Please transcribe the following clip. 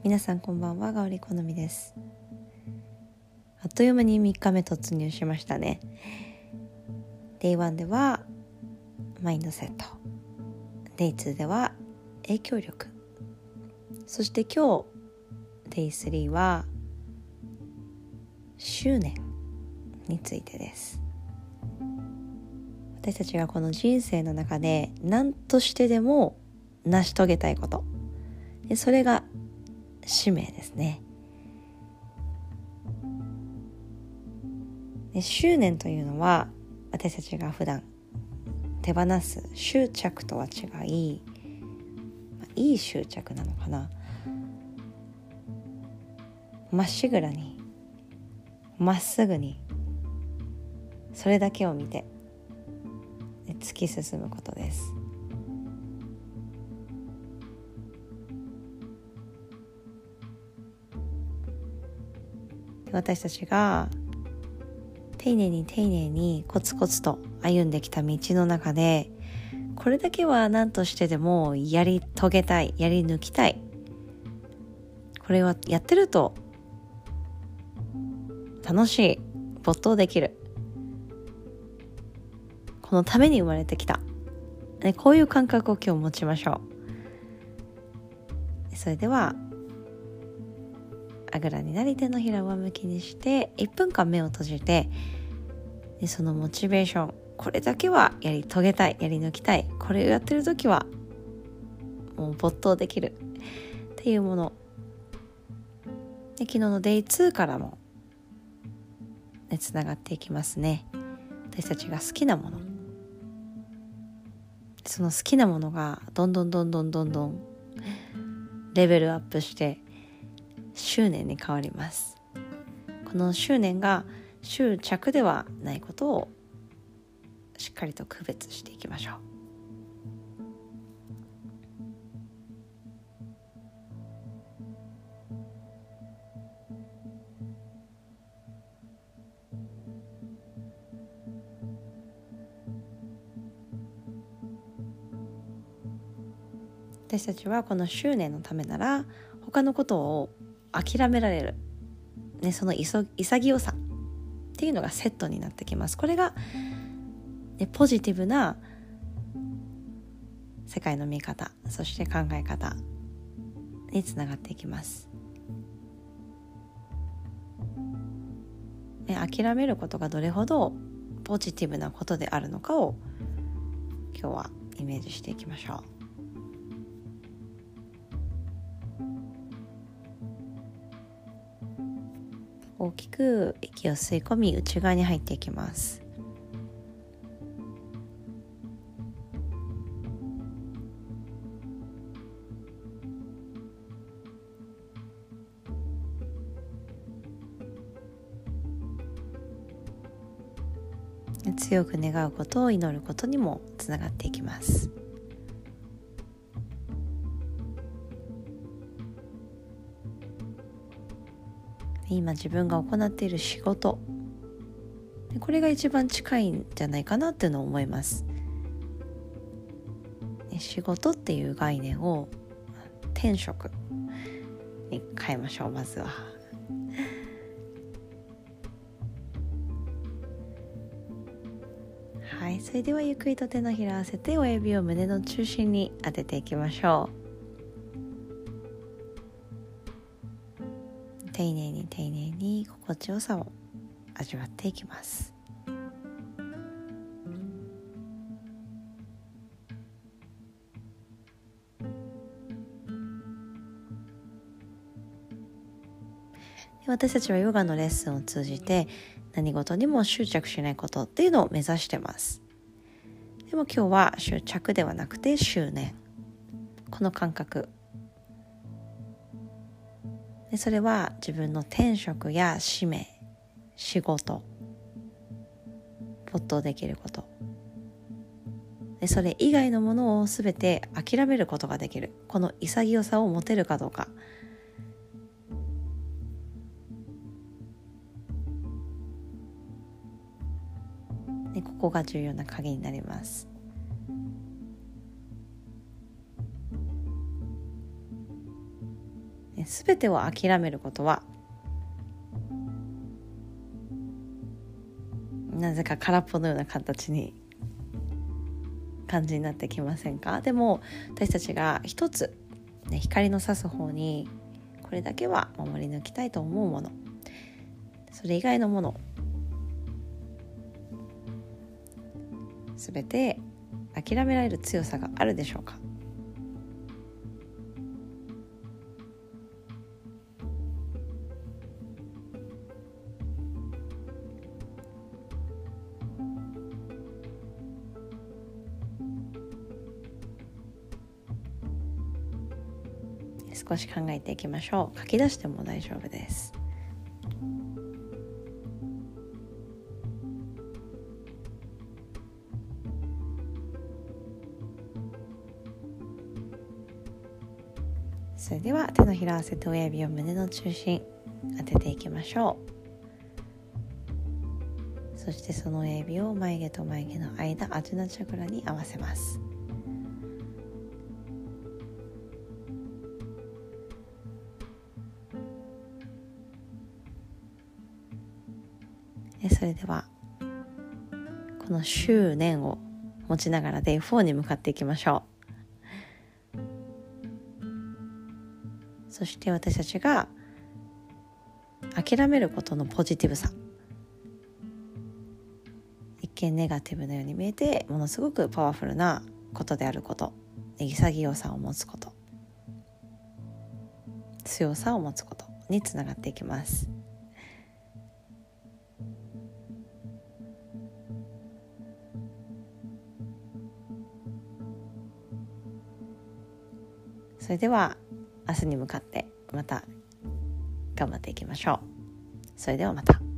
皆さんこんばんは、がおりこのみです。あっという間に3日目突入しましたね。Day1 ではマインドセット、Day2 では影響力、そして今日 Day3 は執念についてです。私たちがこの人生の中で何としてでも成し遂げたいこと、それが使命ですね。で、執念というのは私たちが普段手放す執着とは違い、いい執着なのかな。まっしぐらに、まっすぐに、それだけを見て突き進むことです。私たちが丁寧にコツコツと歩んできた道の中で、これだけは何としてでもやり遂げたい、やり抜きたい、これはやってると楽しい、没頭できる、このために生まれてきた、こういう感覚を今日持ちましょう。それではあぐらになり、手のひらを上向きにして1分間目を閉じて、でそのモチベーション、これだけはやり遂げたい、やり抜きたい、これをやってる時はもう没頭できるっていうもので、昨日の Day2 からもつながっていきますね。私たちが好きなもの、その好きなものがどんどんレベルアップして執念に変わります。この執念が執着ではないことをしっかりと区別していきましょう。私たちはこの執念のためなら他のことを諦められる、その潔さっていうのがセットになってきます。これが、ポジティブな世界の見方、そして考え方につながっていきます。諦めることがどれほどポジティブなことであるのかを今日はイメージしていきましょう。大きく息を吸い込み、内側に入っていきます。強く願うことを祈ることにもつながっていきます。今自分が行っている仕事、これが一番近いんじゃないかなっていうのを思います。仕事っていう概念を天職に変えましょう。まずははい、それではゆっくりと手のひらを合わせて親指を胸の中心に当てていきましょう。丁寧に心地よさを味わっていきます。私たちはヨガのレッスンを通じて何事にも執着しないことっていうのを目指してます。でも今日は執着ではなくて執念、この感覚で、それは自分の天職や使命、仕事、没頭できることで、それ以外のものをすべて諦めることができる、この潔さを持てるかどうか、でここが重要な鍵になります。 全てを諦めることはなぜか空っぽのような形に感じになってきませんか？でも私たちが一つ、光の差す方にこれだけは守り抜きたいと思うもの、それ以外のものすべて諦められる強さがあるでしょうか？少し考えていきましょう。書き出しても大丈夫です。それでは手のひらを合わせて親指を胸の中心当てていきましょう。そしてその親指を眉毛と眉毛の間、アジュナチャクラに合わせます。それではこの執念を持ちながら Day4 に向かっていきましょう。そして私たちが諦めることのポジティブさ、一見ネガティブのように見えてものすごくパワフルなことであること、潔さを持つこと、強さを持つことにつながっていきます。それでは明日に向かってまた頑張っていきましょう。それではまた。